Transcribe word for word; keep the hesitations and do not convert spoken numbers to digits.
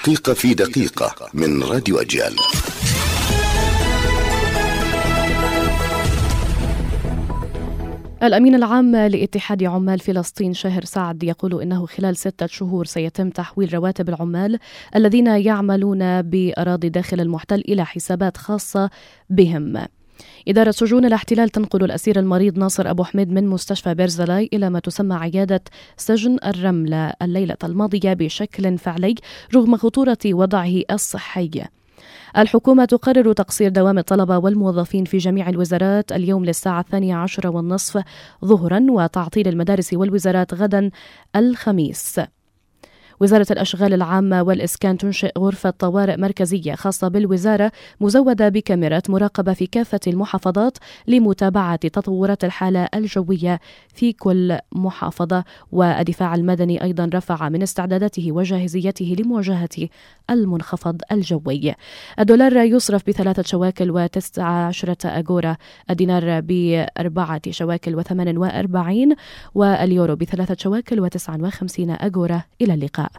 دقيقة في دقيقة من راديو أجيال. الأمين العام لاتحاد عمال فلسطين شاهر سعد يقول إنه خلال ستة شهور سيتم تحويل رواتب العمال الذين يعملون بأراضي داخل المحتل إلى حسابات خاصة بهم. إدارة سجون الاحتلال تنقل الأسير المريض ناصر أبو حميد من مستشفى بيرزلاي إلى ما تسمى عيادة سجن الرملة الليلة الماضية بشكل فعلي رغم خطورة وضعه الصحي. الحكومة تقرر تقصير دوام الطلبة والموظفين في جميع الوزارات اليوم للساعة الثانية عشرة والنصف ظهرا وتعطيل المدارس والوزارات غدا الخميس. وزارة الأشغال العامة والإسكان تنشئ غرفة طوارئ مركزية خاصة بالوزارة مزودة بكاميرات مراقبة في كافة المحافظات لمتابعة تطورات الحالة الجوية في كل محافظة. والدفاع المدني أيضا رفع من استعداداته وجاهزيته لمواجهة المنخفض الجوي. الدولار يصرف بثلاثة شواكل وتسعة عشرة أجورا، الدينار بأربعة شواكل وثمان وأربعين، واليورو بثلاثة شواكل وتسعة وخمسين أجورا. إلى اللقاء.